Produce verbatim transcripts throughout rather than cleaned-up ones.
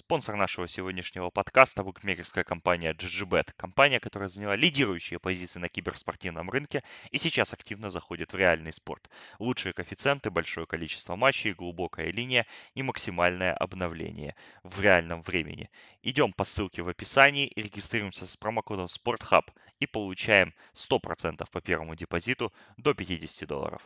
Спонсор нашего сегодняшнего подкаста – букмекерская компания джи джи бет. Компания, которая заняла лидирующие позиции на киберспортивном рынке и сейчас активно заходит в реальный спорт. Лучшие коэффициенты, большое количество матчей, глубокая линия и максимальное обновление в реальном времени. Идем по ссылке в описании, регистрируемся с промокодом SportHub и получаем сто процентов по первому депозиту до пятьдесят долларов.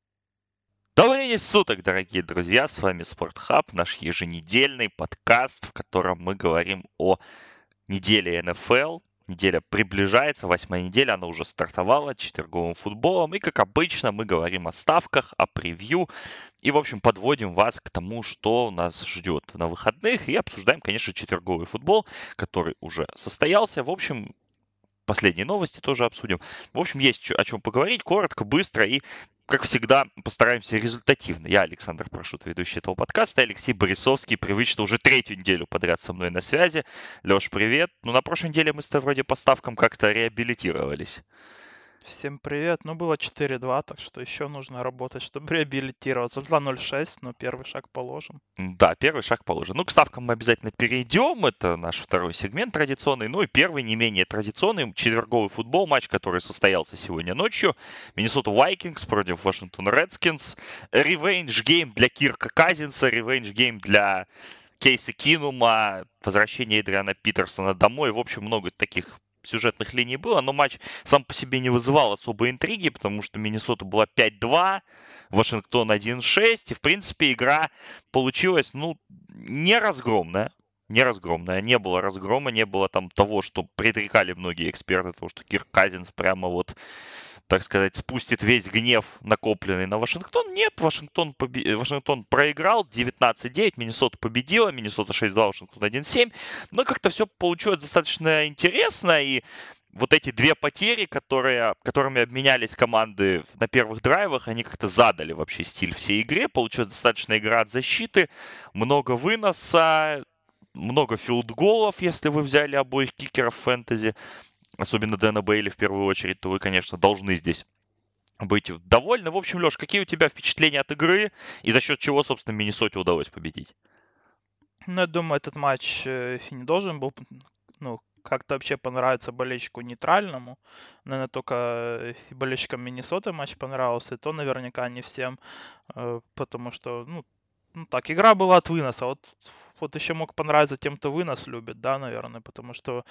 Добрый день суток, дорогие друзья! С вами SportHub, наш еженедельный подкаст, в котором мы говорим о неделе эн эф эл. Неделя приближается, восьмая неделя, она уже стартовала четверговым футболом. И, как обычно, мы говорим о ставках, о превью. И, в общем, подводим вас к тому, что нас ждет на выходных. И обсуждаем, конечно, четверговый футбол, который уже состоялся. В общем, последние новости тоже обсудим. В общем, есть о чем поговорить, коротко, быстро и, как всегда, постараемся результативно. Я Александр Прошут, ведущий этого подкаста, Алексей Борисовский, привычно уже третью неделю подряд со мной на связи. Леш, привет. Ну, на прошлой неделе мы с тобой вроде по ставкам как-то реабилитировались. Всем привет. Ну, было четыре-два, так что еще нужно работать, чтобы реабилитироваться. два ноль шесть, но первый шаг положим. Да, первый шаг положен. Ну, к ставкам мы обязательно перейдем. Это наш второй сегмент традиционный. Ну и первый, не менее традиционный, четверговый футбол, матч, который состоялся сегодня ночью. Миннесота Вайкингс против Вашингтон Редскинс. Ревенж гейм для Кирка Казинса, ревенж гейм для Кейса Кинума, возвращение Эдриана Питерсона домой. В общем, много таких сюжетных линий было, но матч сам по себе не вызывал особой интриги, потому что Миннесота была пять-два, Вашингтон один шесть, и, в принципе, игра получилась, ну, не разгромная. Не разгромная. Не было разгрома, не было там того, что предрекали многие эксперты, того, что Кирк Казинс прямо вот, так сказать, спустит весь гнев, накопленный на Вашингтон. Нет, Вашингтон, побе... Вашингтон проиграл девятнадцать девять, Миннесота победила, Миннесота шесть-два, Вашингтон один семь. Но как-то все получилось достаточно интересно, и вот эти две потери, которые, которыми обменялись команды на первых драйвах, они как-то задали вообще стиль всей игре. Получилась достаточно игра от защиты, много выноса, много филдголов, если вы взяли обоих кикеров фэнтези, особенно Дэна Бейли в первую очередь, то вы, конечно, должны здесь быть довольны. В общем, Леш, какие у тебя впечатления от игры и за счет чего, собственно, Миннесоте удалось победить? Ну, я думаю, этот матч э, не должен был, ну, как-то вообще понравиться болельщику нейтральному. Наверное, только э, болельщикам Миннесоты матч понравился, и то наверняка не всем, э, потому что, ну, ну, так, игра была от выноса. Вот, вот еще мог понравиться тем, кто вынос любит, да, наверное, потому что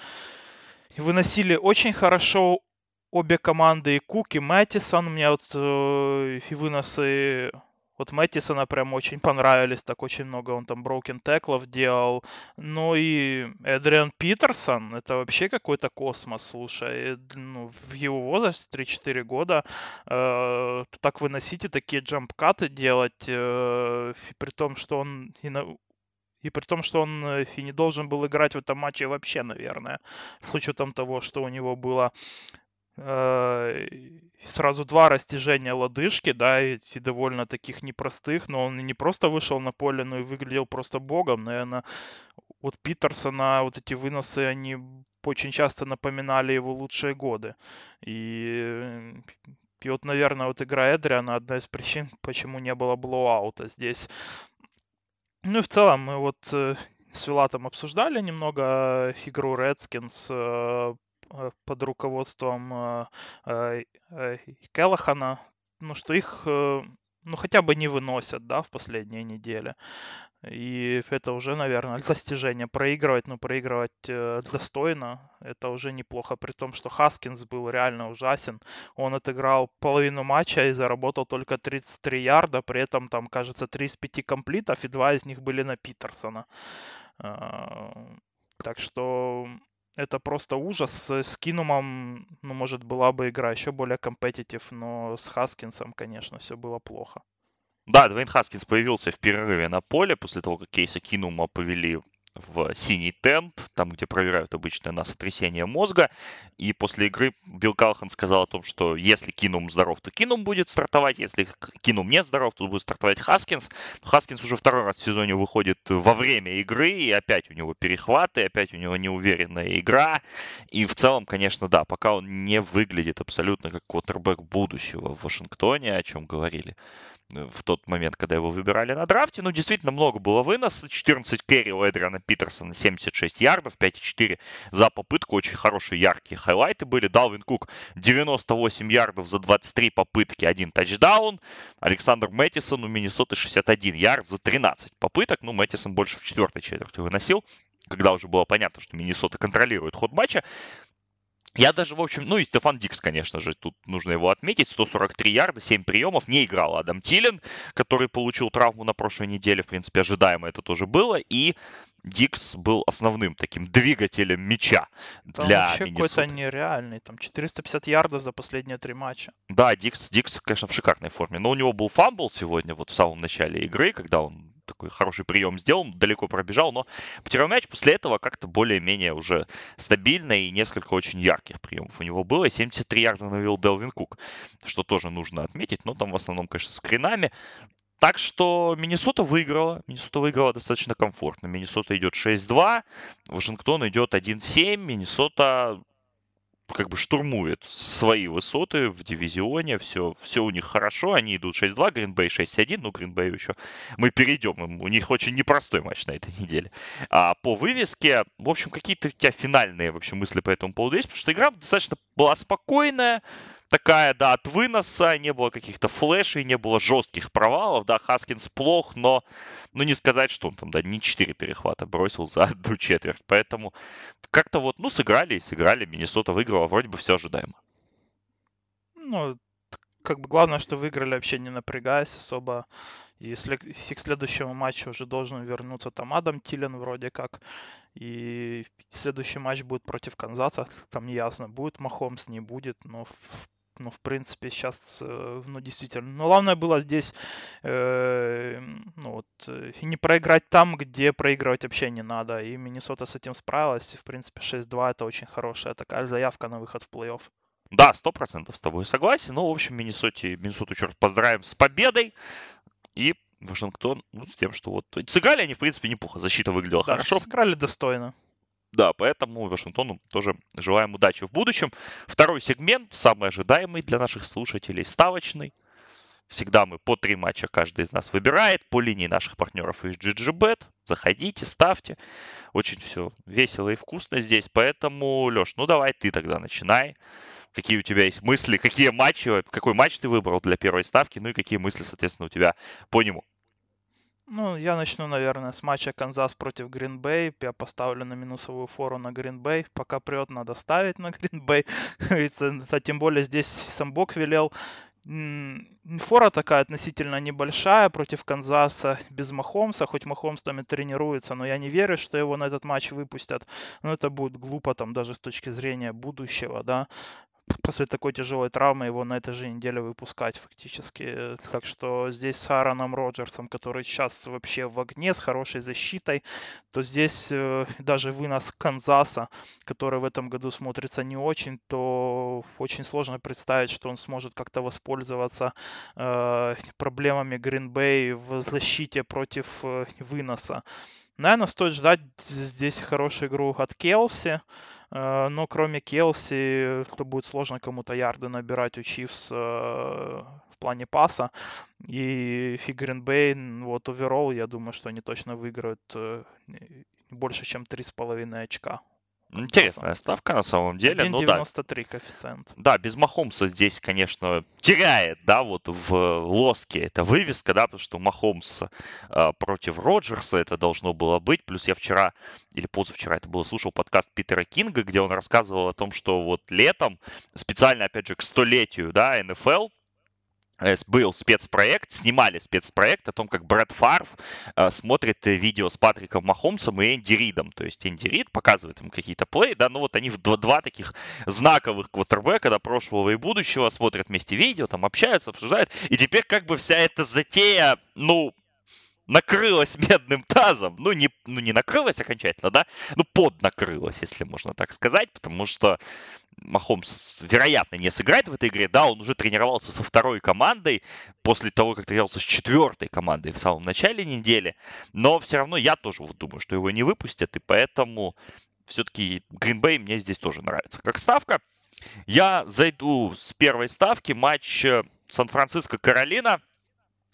выносили очень хорошо обе команды, и Кук, и Мэттисон. Мне вот э, и выносы вот Мэттисона прям очень понравились, так очень много он там броукен теклов делал. Ну и Эдриан Питерсон, это вообще какой-то космос, слушай. Ну, в его возрасте три-четыре года э, так выносить и такие джамп-каты делать, э, при том, что он и на, и при том, что он э, и не должен был играть в этом матче вообще, наверное, с учетом того, что у него было э, сразу два растяжения лодыжки, да, и, и довольно таких непростых, но он не просто вышел на поле, но и выглядел просто богом, наверное. Вот Питерсона вот эти выносы, они очень часто напоминали его лучшие годы. И, и вот, наверное, вот игра Эдриана одна из причин, почему не было блоуаута здесь. Ну и в целом мы вот э, с Вилатом обсуждали немного э, игру Redskins э, э, под руководством э, э, э, Келлахана. Ну что их, э, ну хотя бы не выносят, да, в последние недели. И это уже, наверное, достижение. Проигрывать, но проигрывать э, достойно, это уже неплохо. При том, что Хаскинс был реально ужасен. Он отыграл половину матча и заработал только тридцать три ярда. При этом там, кажется, три из пяти комплитов, и два из них были на Питерсона. А, Так что это просто ужас. С Кинумом, ну, может, была бы игра еще более компетитив, но с Хаскинсом, конечно, все было плохо. Да, Двейн Хаскинс появился в перерыве на поле после того, как Кейса Кинума повели в синий тент, там, где проверяют обычно на сотрясение мозга. И после игры Билл Каллахан сказал о том, что если Кинум здоров, то Кинум будет стартовать. Если Кинум не здоров, то будет стартовать Хаскинс. Но Хаскинс уже второй раз в сезоне выходит во время игры, и опять у него перехваты, опять у него неуверенная игра. И в целом, конечно, да, пока он не выглядит абсолютно как квотербек будущего в Вашингтоне, о чем говорили в тот момент, когда его выбирали на драфте. Ну, действительно, много было выноса. четырнадцать керри у Эдриана Питерсона семьдесят шесть ярдов, пять и четыре за попытку. Очень хорошие, яркие хайлайты были. Далвин Кук девяносто восемь ярдов за двадцать три попытки, один тачдаун. Александр Мэттисон у Миннесоты шестьдесят один ярд за тринадцать попыток. Ну, Мэттисон больше в четвертой четверти выносил, когда уже было понятно, что Миннесота контролирует ход матча. Я даже, в общем, ну и Стефан Дикс, конечно же, тут нужно его отметить. сто сорок три ярда, семь приемов. Не играл Адам Тилен, который получил травму на прошлой неделе. В принципе, ожидаемо это тоже было. И Дикс был основным таким двигателем мяча Там для вообще какой-то Миннесоты. нереальный. Там четыреста пятьдесят ярдов за последние три матча. Да, Дикс, Дикс, конечно, в шикарной форме. Но у него был фамбл сегодня, вот в самом начале игры, когда он такой хороший прием сделал, далеко пробежал, но потерял мяч. После этого как-то более-менее уже стабильно и несколько очень ярких приемов у него было. семьдесят три ярда навел Делвин Кук, что тоже нужно отметить, но там в основном, конечно, скринами. Так что Миннесота выиграла. Миннесота выиграла достаточно комфортно. Миннесота идет шесть два, Вашингтон идет один семь. Миннесота как бы штурмует свои высоты в дивизионе, все, все у них хорошо, они идут шесть два, Грин-Бэй шесть один, ну, Грин-Бэй еще мы перейдем, у них очень непростой матч на этой неделе. А по вывеске, в общем, какие-то у тебя финальные вообще мысли по этому поводу есть, потому что игра достаточно была спокойная, такая, да, от выноса, не было каких-то флешей, не было жестких провалов, да, Хаскинс плох, но, ну, не сказать, что он там, да, не четыре перехвата бросил за одну четверть, поэтому как-то вот, ну, сыграли и сыграли, Миннесота выиграла, вроде бы все ожидаемо. Ну, как бы главное, что выиграли вообще не напрягаясь особо. И след- и к следующему матчу уже должен вернуться там Адам Тилен вроде как. И следующий матч будет против Канзаса. Там не ясно, будет Махомс, не будет. Но в, ну, в принципе, сейчас, э, ну, действительно. Но главное было здесь, э, ну, вот, э, не проиграть там, где проигрывать вообще не надо. И Миннесота с этим справилась. И, в принципе, шесть два это очень хорошая такая заявка на выход в плей-офф. Да, сто процентов с тобой согласен. Ну, в общем, Миннесоте, Миннесоту, черт, поздравим с победой. И Вашингтон, ну, с тем, что вот... Сыграли они, в принципе, неплохо. Защита выглядела Да, хорошо. сыграли достойно. Да, поэтому Вашингтону тоже желаем удачи в будущем. Второй сегмент, самый ожидаемый для наших слушателей, ставочный. Всегда мы по три матча каждый из нас выбирает по линии наших партнеров из джи джи бет. Заходите, ставьте. Очень все весело и вкусно здесь. Поэтому, Леш, ну давай ты тогда начинай. Какие у тебя есть мысли, какие матчи, какой матч ты выбрал для первой ставки, ну и какие мысли, соответственно, у тебя по нему. Ну, я начну, наверное, с матча Канзас против Грин-Бэй. Я поставлю на минусовую фору на Грин-Бэй. Пока прет, надо ставить на Грин-Бэй. А тем более здесь сам Бог велел. Фора такая относительно небольшая против Канзаса без Махомса. Хоть Махомс там и тренируется, но я не верю, что его на этот матч выпустят. Но это будет глупо там даже с точки зрения будущего, да. После такой тяжелой травмы его на этой же неделе выпускать фактически. Так что здесь с Аароном Роджерсом, который сейчас вообще в огне с хорошей защитой, то здесь э, даже вынос Канзаса, который в этом году смотрится не очень, то очень сложно представить, что он сможет как-то воспользоваться э, проблемами Грин-Бэй в защите против э, выноса. Наверное, стоит ждать здесь хорошую игру от Келси. Но кроме Келси, то будет сложно кому-то ярды набирать у Чивс в плане паса. И Грин Бэй, вот оверолл, я думаю, что они точно выиграют больше, чем три с половиной очка. Интересная ставка на самом деле. один девяносто три коэффициент. Да, без Махомса здесь, конечно, теряет, да, вот в лоске эта вывеска, да, потому что Махомс э, против Роджерса это должно было быть. Плюс я вчера или позавчера это было, слушал подкаст Питера Кинга, где он рассказывал о том, что вот летом специально, опять же, к столетию, да, эн эф эл был спецпроект, снимали спецпроект о том, как Брэд Фарв э, смотрит видео с Патриком Махомсом и Энди Ридом. То есть Энди Рид показывает им какие-то плей, да, ну вот они два, два таких знаковых квотербека, да, прошлого и будущего, смотрят вместе видео, там общаются, обсуждают. И теперь как бы вся эта затея, ну, накрылась медным тазом. Ну не, ну, не накрылась окончательно, да, ну, поднакрылась, если можно так сказать, потому что Махомс, вероятно, не сыграет в этой игре. Да, он уже тренировался со второй командой после того, как тренировался с четвертой командой в самом начале недели. Но все равно я тоже вот думаю, что его не выпустят. И поэтому все-таки Грин-Бэй мне здесь тоже нравится. Как ставка, я зайду с первой ставки. Матч Сан-Франциско-Каролина.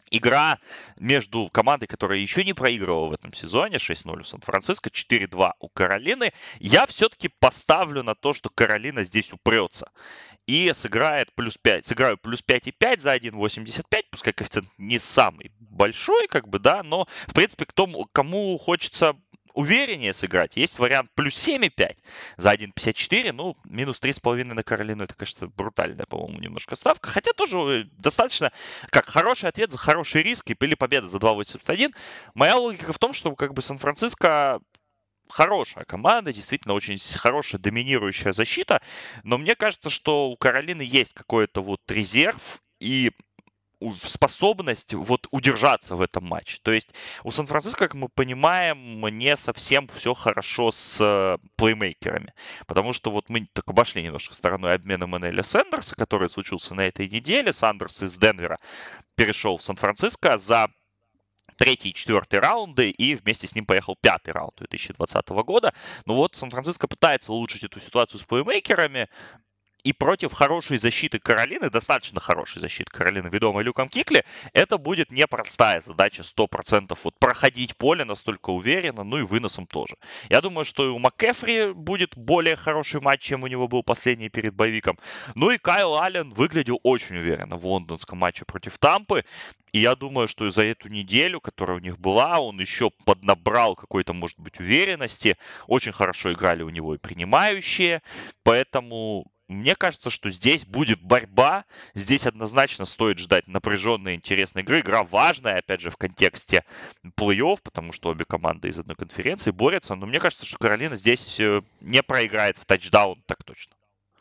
игра между командой, которая еще не проигрывала в этом сезоне, шесть ноль у Сан-Франциско, четыре два у Каролины. Я все-таки поставлю на то, что Каролина здесь упрется и сыграет плюс пять. Сыграю плюс пять и пять за один восемьдесят пять, пускай коэффициент не самый большой, как бы, да, но, в принципе, кто, кому хочется увереннее сыграть, есть вариант плюс семь и пять за один пятьдесят четыре, ну, минус три с половиной на Каролину, это, конечно, брутальная, по-моему, немножко ставка, хотя тоже достаточно, как хороший ответ за хороший риск или победа за два восемьдесят один. Моя логика в том, что, как бы, Сан-Франциско хорошая команда, действительно очень хорошая доминирующая защита, но мне кажется, что у Каролины есть какой-то вот резерв и способность вот удержаться в этом матче. То есть у Сан-Франциско, как мы понимаем, не совсем все хорошо с э, плеймейкерами. Потому что вот мы так обошли немножко стороной обмена Манеля Сэндерса, который случился на этой неделе. Сандерс из Денвера перешел в Сан-Франциско за третий и четвертый раунды, и вместе с ним поехал пятый раунд две тысячи двадцатого года. Ну вот, Сан-Франциско пытается улучшить эту ситуацию с плеймейкерами, и против хорошей защиты Каролины, достаточно хорошей защиты Каролины, ведомой Люком Кикли, это будет непростая задача сто процентов вот проходить поле настолько уверенно, ну и выносом тоже. Я думаю, что и у МакКефри будет более хороший матч, чем у него был последний перед боевиком. Ну и Кайл Аллен выглядел очень уверенно в лондонском матче против Тампы. И я думаю, что за эту неделю, которая у них была, он еще поднабрал какой-то, может быть, уверенности. Очень хорошо играли у него и принимающие. Поэтому мне кажется, что здесь будет борьба. Здесь однозначно стоит ждать напряженной, интересной игры. Игра важная, опять же, в контексте плей-офф, потому что обе команды из одной конференции борются. Но мне кажется, что Каролина здесь не проиграет в тачдаун, так точно.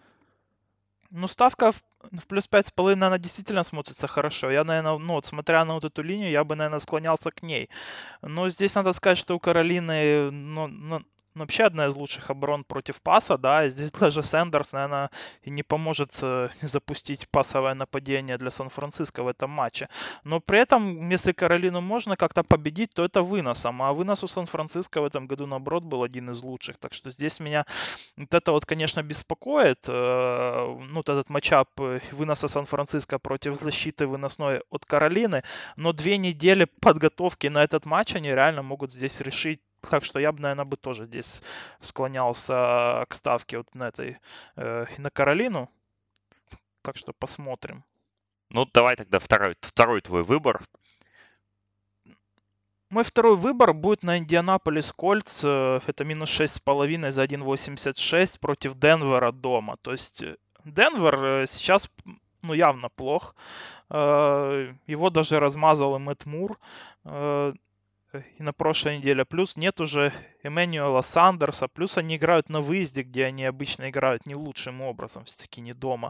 Ну, ставка в, в плюс пять с половиной, она действительно смотрится хорошо. Я, наверное, ну, вот смотря на вот эту линию, я бы, наверное, склонялся к ней. Но здесь надо сказать, что у Каролины, ну, ну, ну, вообще одна из лучших оборон против паса, да, и здесь даже Сэндерс, наверное, и не поможет э, запустить пасовое нападение для Сан-Франциско в этом матче. Но при этом, если Каролину можно как-то победить, то это выносом, а вынос у Сан-Франциско в этом году, наоборот, был один из лучших. Так что здесь меня вот это вот, конечно, беспокоит, э, ну, вот этот матчап выноса Сан-Франциско против защиты выносной от Каролины, но две недели подготовки на этот матч они реально могут здесь решить. Так что я бы, наверное, бы тоже здесь склонялся к ставке вот на этой, э, на Каролину. Так что посмотрим. Ну, давай тогда второй, второй твой выбор. Мой второй выбор будет на Индианаполис Кольтс. Это минус шесть с половиной за один восемьдесят шесть против Денвера дома. То есть Денвер сейчас, ну, явно плох. Его даже размазал и Мэтт Мур и на прошлой неделе. Плюс нет уже Эммануэла Сандерса. Плюс они играют на выезде, где они обычно играют не лучшим образом, все-таки не дома.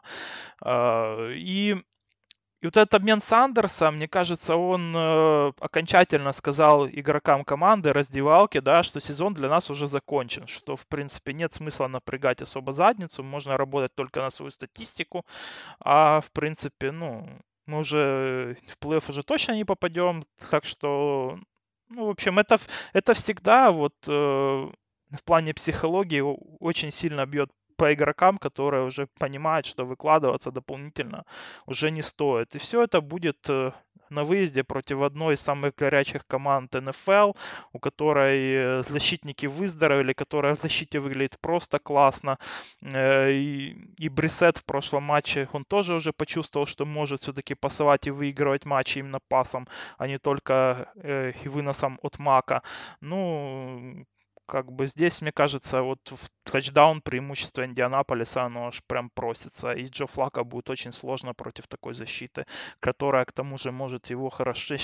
И, и вот этот обмен Сандерса, мне кажется, он э, окончательно сказал игрокам команды, раздевалке, да, что сезон для нас уже закончен. Что, в принципе, нет смысла напрягать особо задницу. Можно работать только на свою статистику. А, в принципе, ну, мы уже в плей-офф уже точно не попадем. Так что... Ну, в общем, это, это всегда вот э, в плане психологии очень сильно бьет по игрокам, которые уже понимают, что выкладываться дополнительно уже не стоит. И все это будет э, на выезде против одной из самых горячих команд эн эф эл, у которой защитники выздоровели, которая в защите выглядит просто классно. Э, и, и Брисет в прошлом матче, он тоже уже почувствовал, что может все-таки пасовать и выигрывать матчи именно пасом, а не только э, выносом от Мака. Ну, как бы здесь, мне кажется, вот в тачдаун преимущество Индианаполиса, оно аж прям просится. И Джо Флако будет очень сложно против такой защиты, которая, к тому же, может его хорошо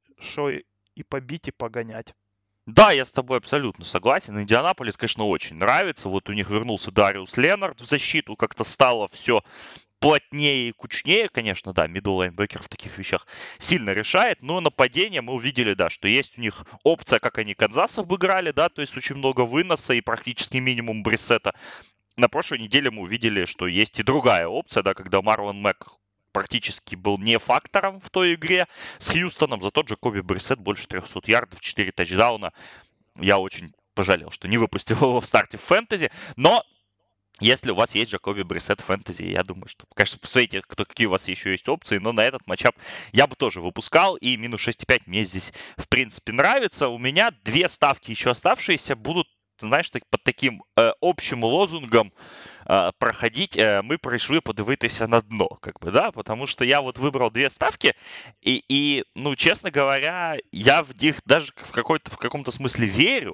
и побить, и погонять. Да, я с тобой абсолютно согласен. Индианаполис, конечно, очень нравится. Вот у них вернулся Дариус Ленард в защиту. Как-то стало все плотнее и кучнее, конечно, да, мидл лайнбекер в таких вещах сильно решает, но нападение мы увидели, да, что есть у них опция, как они Канзас обыграли, да, то есть очень много выноса и практически минимум Брисета. На прошлой неделе мы увидели, что есть и другая опция, да, когда Марлон Мэг практически был не фактором в той игре с Хьюстоном, за тот же Коби Брисет больше трехсот ярдов, четыре тачдауна. Я очень пожалел, что не выпустил его в старте в фэнтези, но Если у вас есть Джакоби Брисет в фэнтези, я думаю, что, конечно, посмотрите, кто, какие у вас еще есть опции, но на этот матчап я бы тоже выпускал, и минус шесть и пять мне здесь, в принципе, нравится. У меня две ставки еще оставшиеся будут, знаешь, так, под таким э, общим лозунгом э, проходить. Э, мы пришли подивитися на дно, как бы, да, потому что я вот выбрал две ставки, и, и ну, честно говоря, я в них даже в, какой-то, в каком-то смысле верю,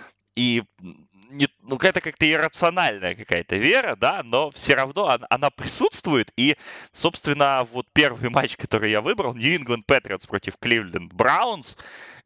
и не, ну, это как-то иррациональная какая-то вера, да, но все равно она, она присутствует. И, собственно, вот первый матч, который я выбрал, New England Patriots против Cleveland Browns,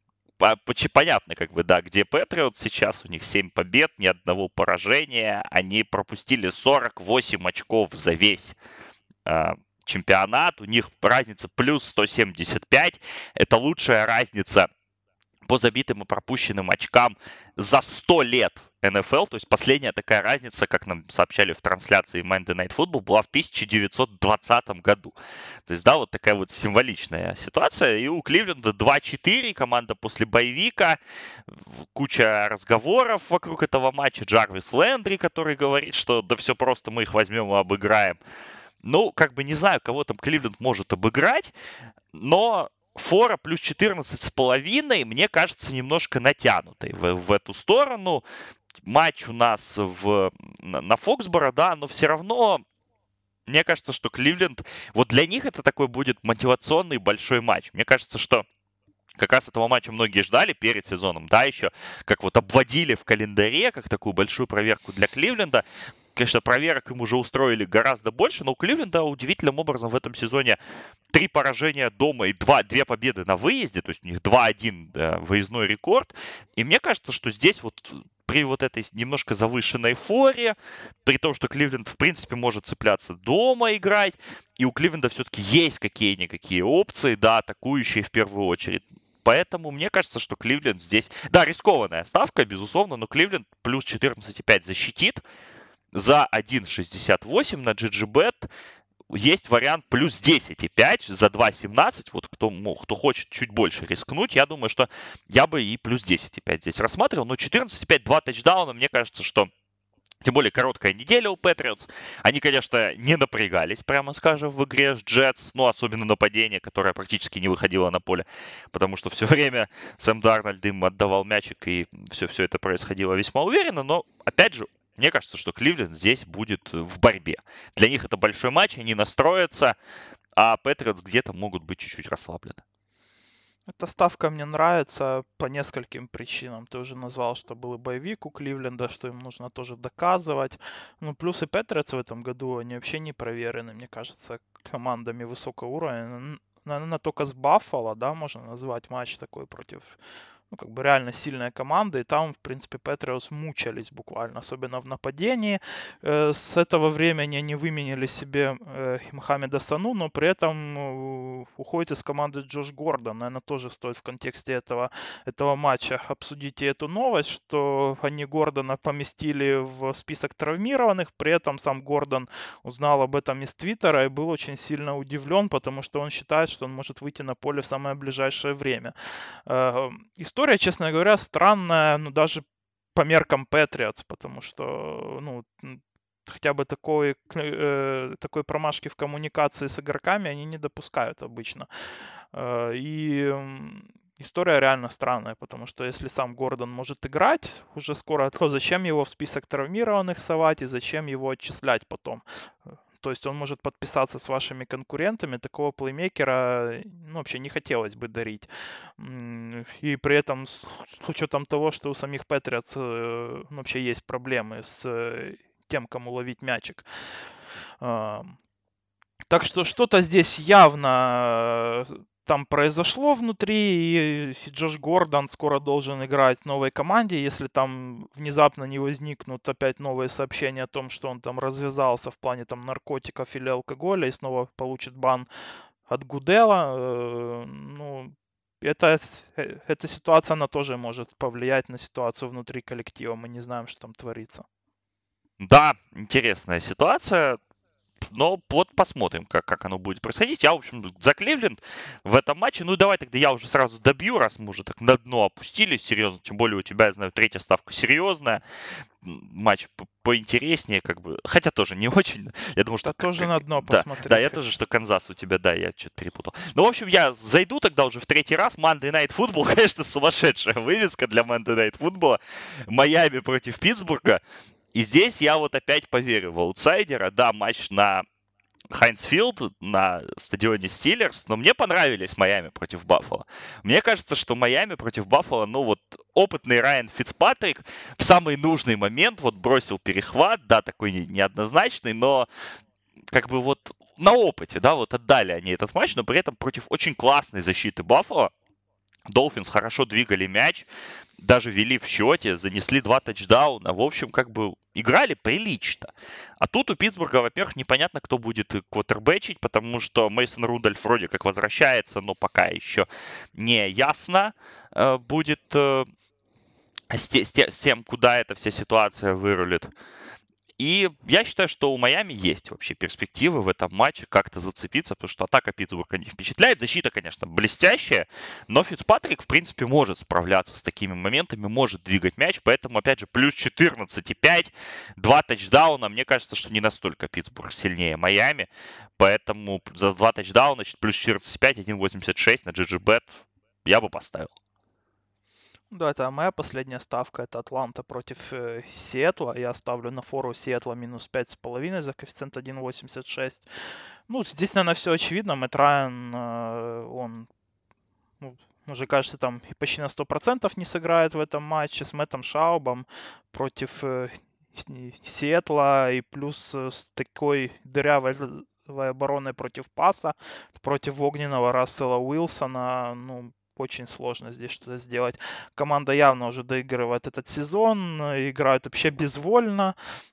понятно, как бы, да, где Patriots сейчас, у них семь побед, ни одного поражения, они пропустили сорок восемь очков за весь э, чемпионат, у них разница плюс сто семьдесят пять, это лучшая разница по забитым и пропущенным очкам за сто лет эн эф эл. То есть последняя такая разница, как нам сообщали в трансляции Monday Night Football, была в тысяча девятьсот двадцатом году. То есть, да, вот такая вот символичная ситуация. И у Кливленда два четыре, команда после боевика, куча разговоров вокруг этого матча. Джарвис Лэндри, который говорит, что да все просто, мы их возьмем и обыграем. Ну, как бы не знаю, кого там Кливленд может обыграть, но фора плюс четырнадцать с половиной, мне кажется, немножко натянутой в, в эту сторону. Матч у нас в, на Фоксборо, да, но все равно мне кажется, что Кливленд, вот для них это такой будет мотивационный большой матч. Мне кажется, что как раз этого матча многие ждали перед сезоном, да, еще как вот обводили в календаре, как такую большую проверку для Кливленда. Конечно, проверок им уже устроили гораздо больше, но у Кливленда удивительным образом в этом сезоне три поражения дома и два, две победы на выезде, то есть у них два один да, выездной рекорд. И мне кажется, что здесь вот при вот этой немножко завышенной форе, при том, что Кливленд в принципе может цепляться дома играть, и у Кливленда все-таки есть какие-никакие опции, да, атакующие в первую очередь. Поэтому мне кажется, что Кливленд здесь... Да, рискованная ставка, безусловно, но Кливленд плюс четырнадцать и пять защитит. За один шестьдесят восемь на джи джи бет есть вариант плюс десять и пять за два семнадцать. Вот кто, кто хочет чуть больше рискнуть, я думаю, что я бы и плюс десять и пять здесь рассматривал. Но четырнадцать и пять, два тачдауна, мне кажется, что тем более короткая неделя у Patriots. Они, конечно, не напрягались, прямо скажем, в игре с Jets, ну, особенно нападение, которое практически не выходило на поле, потому что все время Сэм Дарнольд им отдавал мячик, и все, все это происходило весьма уверенно. Но, опять же, мне кажется, что Кливленд здесь будет в борьбе. Для них это большой матч, они настроятся, а Patriots где-то могут быть чуть-чуть расслаблены. Эта ставка мне нравится по нескольким причинам. Ты уже назвал, что был и боевик у Кливленда, что им нужно тоже доказывать. Ну, плюс и Патриотс в этом году, они вообще не проверены, мне кажется, командами высокого уровня. Наверное, только с Баффало, да, можно назвать матч такой против, ну, как бы реально сильная команда, и там, в принципе, Патриотс мучались буквально, особенно в нападении. Э, с этого времени они выменили себе э, Мохаммеда Сану, но при этом э, уходит из команды Джош Гордон. Наверное, тоже стоит в контексте этого, этого матча обсудить и эту новость, что они Гордона поместили в список травмированных, при этом сам Гордон узнал об этом из Твиттера и был очень сильно удивлен, потому что он считает, что он может выйти на поле в самое ближайшее время. Э, история, честно говоря, странная, ну, даже по меркам Patriots, потому что, ну, хотя бы такой, э, такой промашки в коммуникации с игроками они не допускают обычно. Э, и история реально странная, потому что если сам Гордон может играть уже скоро, то зачем его в список травмированных совать и зачем его отчислять потом? То есть он может подписаться с вашими конкурентами. Такого плеймейкера ну, вообще не хотелось бы дарить. И при этом с учетом того, что у самих Патриотс ну, вообще есть проблемы с тем, кому ловить мячик. Так что что-то здесь явно там произошло внутри, и Джош Гордон скоро должен играть в новой команде, если там внезапно не возникнут опять новые сообщения о том, что он там развязался в плане там наркотиков или алкоголя и снова получит бан от Гудела. Ну, это, эта ситуация, она тоже может повлиять на ситуацию внутри коллектива. Мы не знаем, что там творится. Да, интересная ситуация. Но вот посмотрим, как, как оно будет происходить. Я, в общем, за Кливленд в этом матче. Ну, давай тогда я уже сразу добью, раз мы уже так на дно опустились, серьезно. Тем более у тебя, я знаю, третья ставка серьезная. матч поинтереснее, как бы, хотя тоже не очень. Я думаю, что... Да тоже как, на дно да, посмотреть. да, я тоже, что Канзас у тебя, да, я что-то перепутал. Ну, в общем, я зайду тогда уже в третий раз. Monday Night Football, конечно, сумасшедшая вывеска для Monday Night Football. Майами против Питтсбурга. И здесь я вот опять поверю в аутсайдера. Да, матч на Хайнс Филд на стадионе Стиллерс, но мне понравились Майами против Баффало. Мне кажется, что Майами против Баффало, ну вот опытный Райан Фицпатрик в самый нужный момент вот бросил перехват, да, такой неоднозначный, но как бы вот на опыте, да, вот отдали они этот матч, но при этом против очень классной защиты Баффало. Долфинс хорошо двигали мяч, даже вели в счете, занесли два тачдауна. В общем, как бы играли прилично. А тут у Питтсбурга, во-первых, непонятно, кто будет квотербэчить, потому что Мейсон Рудольф вроде как возвращается, но пока еще не ясно э, будет э, с, те, с тем, куда эта вся ситуация вырулит. И я считаю, что у Майами есть вообще перспективы в этом матче как-то зацепиться, потому что атака Питтсбурга не впечатляет. Защита, конечно, блестящая, но Фицпатрик, в принципе, может справляться с такими моментами, может двигать мяч, поэтому, опять же, плюс четырнадцать и пять, два тачдауна. Мне кажется, что не настолько Питтсбург сильнее Майами, поэтому за два тачдауна, значит, плюс четырнадцать и пять, один восемьдесят шесть на джи джи бет я бы поставил. Да, это моя последняя ставка. Это Атланта против э, Сиэтла. Я ставлю на фору Сиэтла минус пять с половиной за коэффициент один восемьдесят шесть. Ну, здесь, наверное, все очевидно. Мэтт Райан, э, он, ну, уже, кажется, там почти на сто процентов не сыграет в этом матче с Мэттом Шаубом против э, Сиэтла. И плюс э, с такой дырявой обороной против паса, против огненного Рассела Уилсона, ну, очень сложно здесь что-то сделать. Команда явно уже доигрывает этот сезон, играет вообще безвольно.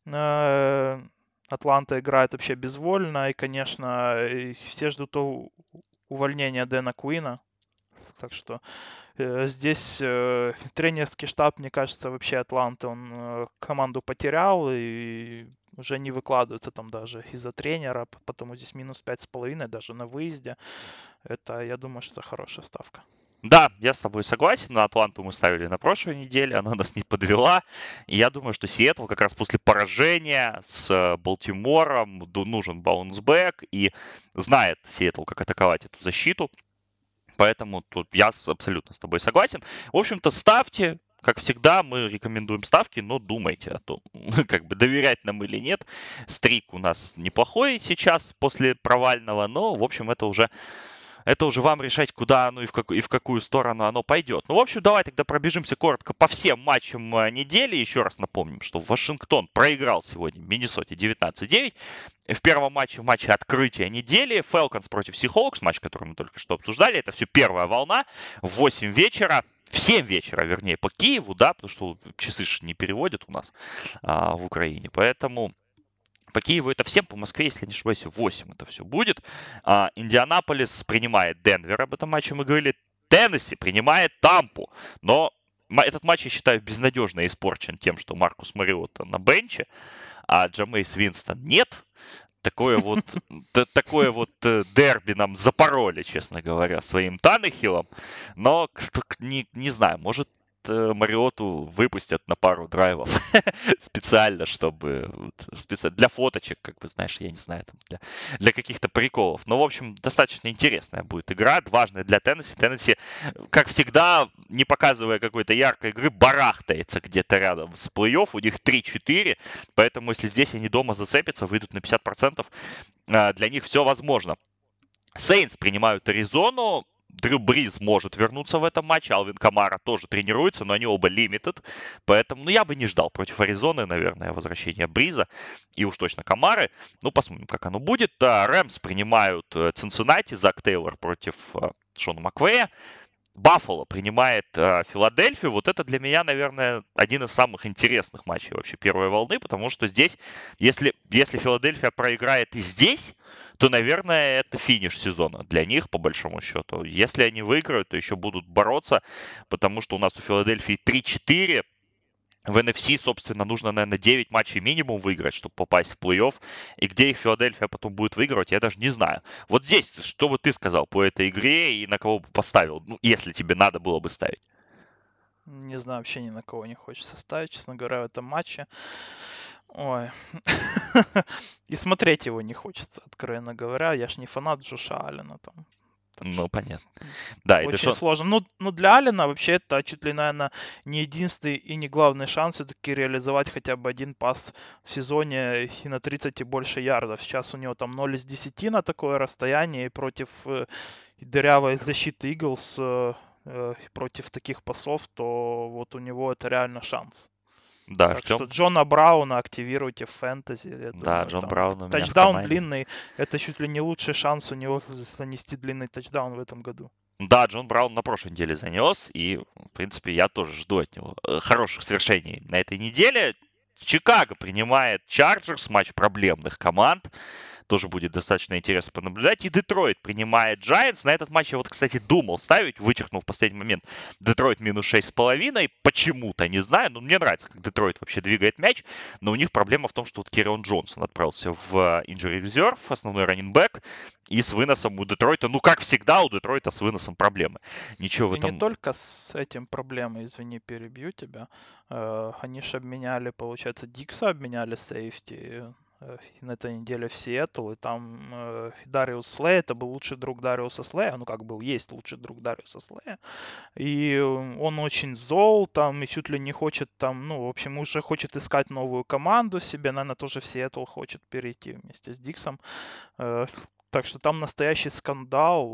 Атланта играет вообще безвольно. И, конечно, все ждут увольнения Дэна Куина. Так что э, здесь э, тренерский штаб, мне кажется, вообще Атланты, он э, команду потерял и уже не выкладывается там даже из-за тренера, потому здесь минус пять с половиной даже на выезде. Это, я думаю, что хорошая ставка. Да, я с тобой согласен. На Атланту мы ставили на прошлой неделе, она нас не подвела. И я думаю, что Сиэтл как раз после поражения с Балтимором нужен баунсбэк. И знает Сиэтл, как атаковать эту защиту. Поэтому тут я абсолютно с тобой согласен. В общем-то, ставьте. Как всегда, мы рекомендуем ставки, но думайте о том, как бы доверять нам или нет. Стрик у нас неплохой сейчас после провального, но, в общем, это уже... Это уже вам решать, куда оно и в, как, и в какую сторону оно пойдет. Ну, в общем, давай тогда пробежимся коротко по всем матчам недели. Еще раз напомним, что Вашингтон проиграл сегодня в Миннесоте девятнадцать девять. В первом матче, в матче открытия недели, Falcons против Seahawks, матч, который мы только что обсуждали. Это все первая волна в восемь вечера. В семь вечера, вернее, по Киеву, да, потому что часы же не переводят у нас а, в Украине. Поэтому... По Киеву это всем, по Москве, если не ошибаюсь, восемь это все будет. А, Индианаполис принимает Денвер, об этом матче мы говорили. Теннесси принимает Тампу. Но этот матч, я считаю, безнадежно испорчен тем, что Маркус Мариотта на бенче, а Джамейс Винстон нет. Такое вот, такое вот дерби нам запороли, честно говоря, своим Таннехиллом. Но не, не знаю, может, Мариоту выпустят на пару драйвов специально, чтобы специально для фоточек, как бы, знаешь, я не знаю, там, для, для каких-то приколов. Но, в общем, достаточно интересная будет игра, важная для Теннесси. Теннесси, как всегда, не показывая какой-то яркой игры, барахтается где-то рядом с плей-офф. У них три-четыре, поэтому если здесь они дома зацепятся, выйдут на пятьдесят процентов, для них все возможно. Сейнтс принимают Аризону. Дрю Бриз может вернуться в этом матче, Алвин Камара тоже тренируется, но они оба limited, поэтому, ну, я бы не ждал против Аризоны, наверное, возвращения Бриза и уж точно Камары. Ну, посмотрим, как оно будет. Рэмс принимают Цинциннати, Зак Тейлор против Шона Маквея. Баффало принимает Филадельфию. Вот это для меня, наверное, один из самых интересных матчей вообще первой волны, потому что здесь, если, если Филадельфия проиграет и здесь, то, наверное, это финиш сезона для них, по большому счету. Если они выиграют, то еще будут бороться, потому что у нас у Филадельфии три-четыре. В эн эф си, собственно, нужно, наверное, девять матчей минимум выиграть, чтобы попасть в плей-офф. И где их Филадельфия потом будет выигрывать, я даже не знаю. Вот здесь, что бы ты сказал по этой игре и на кого бы поставил, ну, если тебе надо было бы ставить? Не знаю, вообще ни на кого не хочется ставить, честно говоря, в этом матче. Ой. И смотреть его не хочется, откровенно говоря. Я ж не фанат Джоша Аллена там. Так Ну, что понятно. Да, и очень Дэшон... сложно. Ну, ну, для Аллена вообще это чуть ли, наверное, не единственный и не главный шанс все-таки реализовать хотя бы один пас в сезоне и на тридцать и больше ярдов. Сейчас у него там ноль из десяти на такое расстояние, и против э, дырявой защиты Eagles, э, э, против таких пасов, то вот у него это реально шанс. Да, Так что ждем. Джона Брауна активируйте в фэнтези. Я Да, думаю, Джон там Браун у меня в тачдаун команде. длинный. Это чуть ли не лучший шанс у него занести длинный тачдаун в этом году. Да, Джон Браун на прошлой неделе занес, и, в принципе, я тоже жду от него э, хороших свершений на этой неделе. Чикаго принимает Чарджерс, матч проблемных команд. Тоже будет достаточно интересно понаблюдать. И Детройт принимает Giants. На этот матч я вот, кстати, думал ставить, вычеркнул в последний момент Детройт минус шесть с половиной. Почему-то, не знаю. Но мне нравится, как Детройт вообще двигает мяч. Но у них проблема в том, что вот Кирион Джонсон отправился в injury reserve, основной раннинбэк. И с выносом у Детройта, ну, как всегда, у Детройта с выносом проблемы. Ничего в И не этом... только с этим проблемы, извини, перебью тебя. Э, Они же обменяли, получается, Дикса обменяли сейфти э, на этой неделе в Сиэтл, и там э, Дариус Слей, это был лучший друг Дариуса Слея, ну как был, есть лучший друг Дариуса Слея, и он очень зол, там, и чуть ли не хочет там, ну, в общем, уже хочет искать новую команду себе, наверное, тоже в Сиэтл хочет перейти вместе с Диксом. Э, Так что там настоящий скандал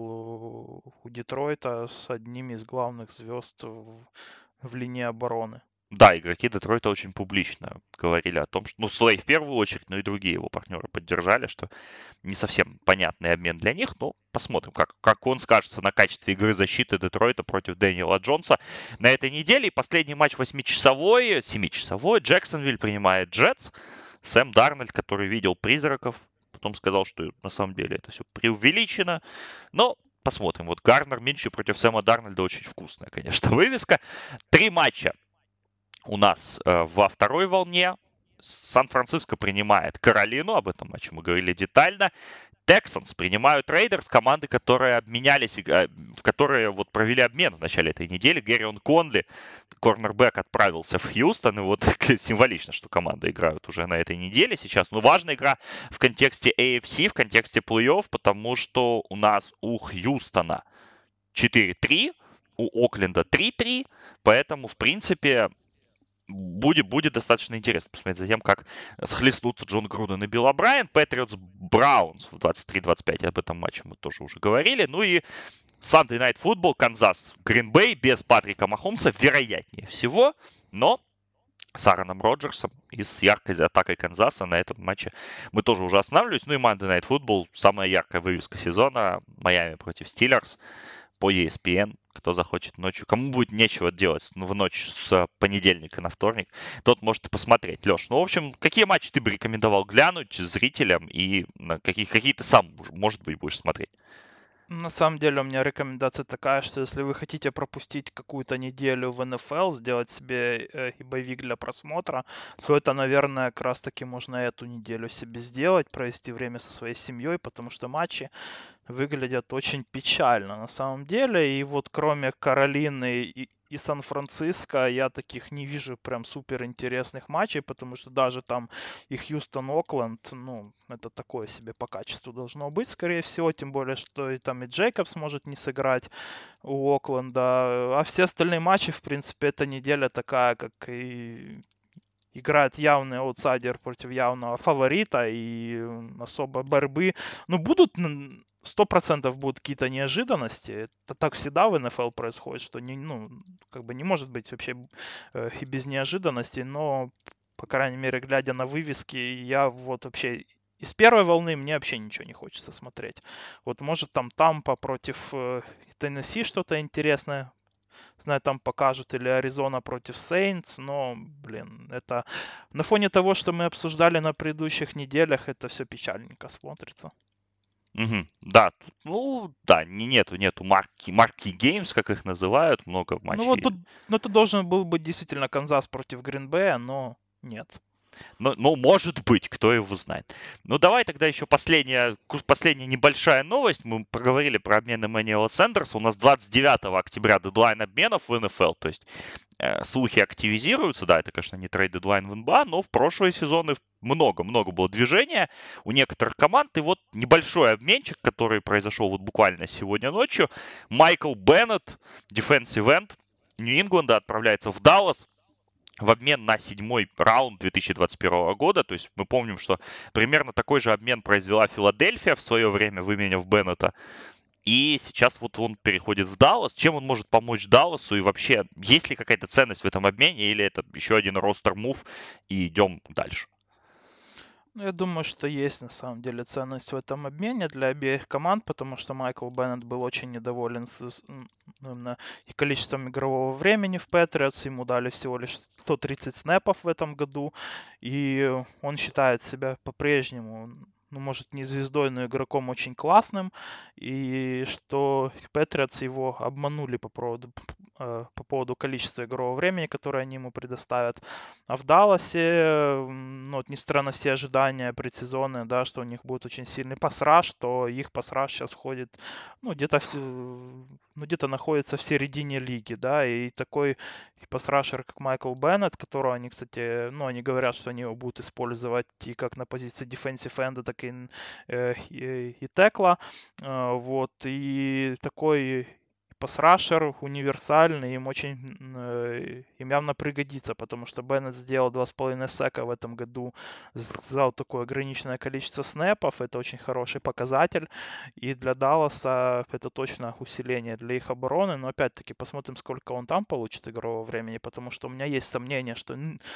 э, у Детройта с одним из главных звезд в, в линии обороны. Да, игроки Детройта очень публично говорили о том, что, ну, Слей в первую очередь, но и другие его партнеры поддержали, что не совсем понятный обмен для них, но посмотрим, как, как он скажется на качестве игры защиты Детройта против Дэниела Джонса на этой неделе. И последний матч восьмичасовой, семичасовой, Джексонвилл принимает Джетс. Сэм Дарнольд, который видел призраков, потом сказал, что на самом деле это все преувеличено, но посмотрим. Вот Гарнер Минчи против Сэма Дарнольда очень вкусная, конечно, вывеска. Три матча у нас э, во второй волне. Сан-Франциско принимает Каролину, об этом матче мы говорили детально. Texans принимают Рейдерс, команды, которые обменялись, э, в которые вот провели обмен в начале этой недели. Гэрион Конли, корнербэк, отправился в Хьюстон. И вот символично, что команды играют уже на этой неделе сейчас. Но важная игра в контексте эй эф си, в контексте плей-офф, потому что у нас у Хьюстона четыре три, у Окленда три три. Поэтому, в принципе, Будет, будет достаточно интересно посмотреть за тем, как схлестнутся Джон Груден и Билл О'Брайен. Патриотс Браунс в двадцать три двадцать пять. Об этом матче мы тоже уже говорили. Ну и Sunday Night Football, Канзас, Грин Бэй без Патрика Махомса, вероятнее всего. Но с Аароном Роджерсом и с яркой атакой Канзаса на этом матче мы тоже уже останавливались. Ну и Monday Night Football, самая яркая вывеска сезона. Майами против Стиллерс по и эс пи эн. Кто захочет ночью, кому будет нечего делать в ночь с понедельника на вторник, тот может и посмотреть. Леш, ну, в общем, какие матчи ты бы рекомендовал глянуть зрителям и на какие, какие ты сам, может быть, будешь смотреть? На самом деле у меня рекомендация такая, что если вы хотите пропустить какую-то неделю в эн эф эл, сделать себе э, и боевик для просмотра, то это, наверное, как раз-таки можно эту неделю себе сделать, провести время со своей семьей, потому что матчи выглядят очень печально на самом деле. И вот кроме Каролины и, и Сан-Франциско я таких не вижу прям супер интересных матчей, потому что даже там и Хьюстон-Окленд, ну, это такое себе по качеству должно быть, скорее всего, тем более, что и там и Джейкобс может не сыграть у Окленда, а все остальные матчи, в принципе, эта неделя такая, как и играет явный аутсайдер против явного фаворита, и особо борьбы, ну, будут сто процентов будут какие-то неожиданности. Это так всегда в эн эф эл происходит, что не, ну, как бы не может быть вообще э, и без неожиданностей, но, по крайней мере, глядя на вывески, я вот вообще из первой волны мне вообще ничего не хочется смотреть. Вот может там Тампа против э, Теннесси что-то интересное, знаю, там покажут, или Аризона против Сейнтс, но, блин, это на фоне того, что мы обсуждали на предыдущих неделях, это все печальненько смотрится. Угу. Да, тут, ну, да, не, нету, нету марки, марки Games, как их называют, много матчей. Ну вот тут, ну тут должен был быть действительно Канзас против Грин-Бэя, но нет. Ну, ну, может быть, кто его знает. Ну, давай тогда еще последняя, последняя небольшая новость. Мы проговорили про обмен Эммануэла Сэндерса. У нас двадцать девятого октября дедлайн обменов в эн эф эл. То есть э, слухи активизируются. Да, это, конечно, не трейд-дедлайн в эн би эй, но в прошлые сезоны много-много было движения у некоторых команд. И вот небольшой обменчик, который произошел вот буквально сегодня ночью. Майкл Беннет, defensive end Нью-Ингланда, отправляется в Даллас в обмен на седьмой раунд две тысячи двадцать первого года. То есть мы помним, что примерно такой же обмен произвела Филадельфия в свое время, выменяв Беннета. И сейчас вот он переходит в Даллас. Чем он может помочь Далласу? И вообще, есть ли какая-то ценность в этом обмене? Или это еще один ростер-мув и идем дальше? Ну, я думаю, что есть на самом деле ценность в этом обмене для обеих команд, потому что Майкл Беннет был очень недоволен с, с, именно и количеством игрового времени в Патриотс. Ему дали всего лишь сто тридцать снэпов в этом году, и он считает себя по-прежнему, ну, может, не звездой, но игроком очень классным, и что Патриотс его обманули по поводу, э, по поводу количества игрового времени, которое они ему предоставят. А в Далласе, ну, вот, несмотря на все ожидания предсезонные, да, что у них будет очень сильный пас-раш, то их пас-раш сейчас ходит, ну, где-то, в, ну, где-то находится в середине лиги, да, и такой пас-рашер, как Майкл Беннет, которого они, кстати, ну, они говорят, что они его будут использовать и как на позиции defensive end, так и, э, и, и текла, э, вот, и такой пас-рашер универсальный, им очень, э, им явно пригодится, потому что Беннет сделал два с половиной сека в этом году за вот такое ограниченное количество снэпов, это очень хороший показатель, и для Далласа это точно усиление для их обороны, но опять-таки посмотрим, сколько он там получит игрового времени, потому что у меня есть сомнение, что,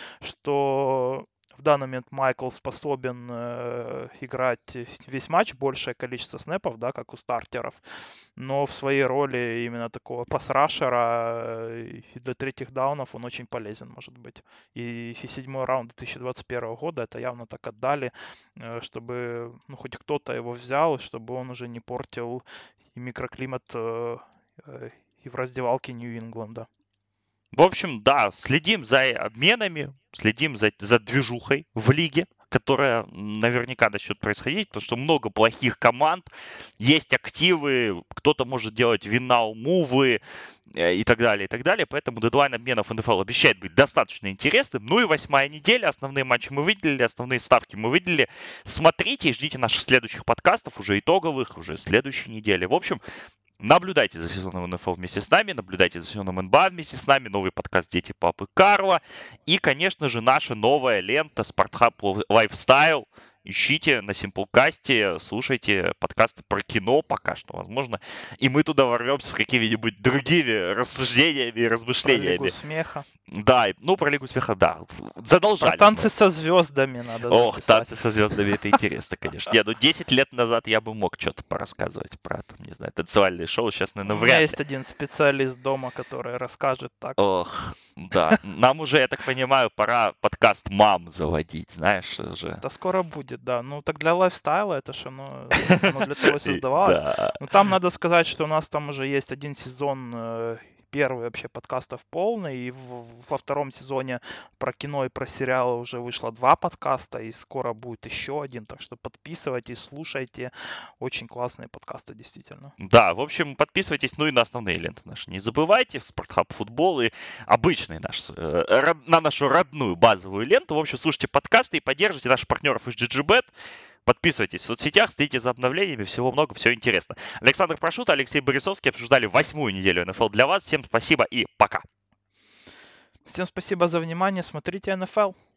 что в данный момент Майкл способен э, играть весь матч, большее количество снэпов, да, как у стартеров, но в своей роли именно такого пас-рашера э, для третьих даунов он очень полезен, может быть. И, и седьмой раунд две тысячи двадцать первого года это явно так отдали, э, чтобы, ну, хоть кто-то его взял, чтобы он уже не портил и микроклимат э, э, и в раздевалке Нью-Ингланда. В общем, да, следим за обменами, следим за, за движухой в лиге, которая наверняка начнет происходить, потому что много плохих команд, есть активы, кто-то может делать вин-нау-мувы и так далее, и так далее. Поэтому дедлайн обменов эн эф эл обещает быть достаточно интересным. Ну и восьмая неделя, основные матчи мы выделили, основные ставки мы выделили. Смотрите и ждите наших следующих подкастов, уже итоговых, уже следующей недели. В общем, наблюдайте за сезоном эн эф эл вместе с нами, наблюдайте за сезоном эн би эй вместе с нами, новый подкаст «Дети папы Карла» и, конечно же, наша новая лента «Спортхаб Лайфстайл». Ищите на Симплкасте, слушайте подкасты про кино пока что, возможно, и мы туда ворвемся с какими-нибудь другими рассуждениями и размышлениями. Про Лигу смеха. Да, ну про Лигу смеха, да, задолжали. Про танцы мы. со звездами надо Ох, записать. танцы со звездами, это интересно, конечно. Не, ну десять лет назад я бы мог что-то порассказывать про, там, не знаю, танцевальные шоу, сейчас, наверное, вряд ли. У меня есть один специалист дома, который расскажет так. Ох, да, нам уже, я так понимаю, пора подкаст «Мам» заводить, знаешь, уже. Да скоро будет, да. Ну, так для лайфстайла это же, ну, оно для того создавалось. Ну, там надо сказать, что у нас там уже есть один сезон, первый вообще подкастов полный, и во втором сезоне про кино и про сериалы уже вышло два подкаста, и скоро будет еще один, так что подписывайтесь, слушайте. Очень классные подкасты, действительно. Да, в общем, подписывайтесь, ну и на основные ленты наши. Не забывайте, в Спортхаб Футбол и обычный наш, э, на нашу родную базовую ленту. В общем, слушайте подкасты и поддержите наших партнеров из джи джи бет. Подписывайтесь в соцсетях, следите за обновлениями, всего много, все интересно. Александр Прошута, Алексей Борисовский обсуждали восьмую неделю эн эф эл для вас. Всем спасибо и пока. Всем спасибо за внимание, смотрите эн эф эл.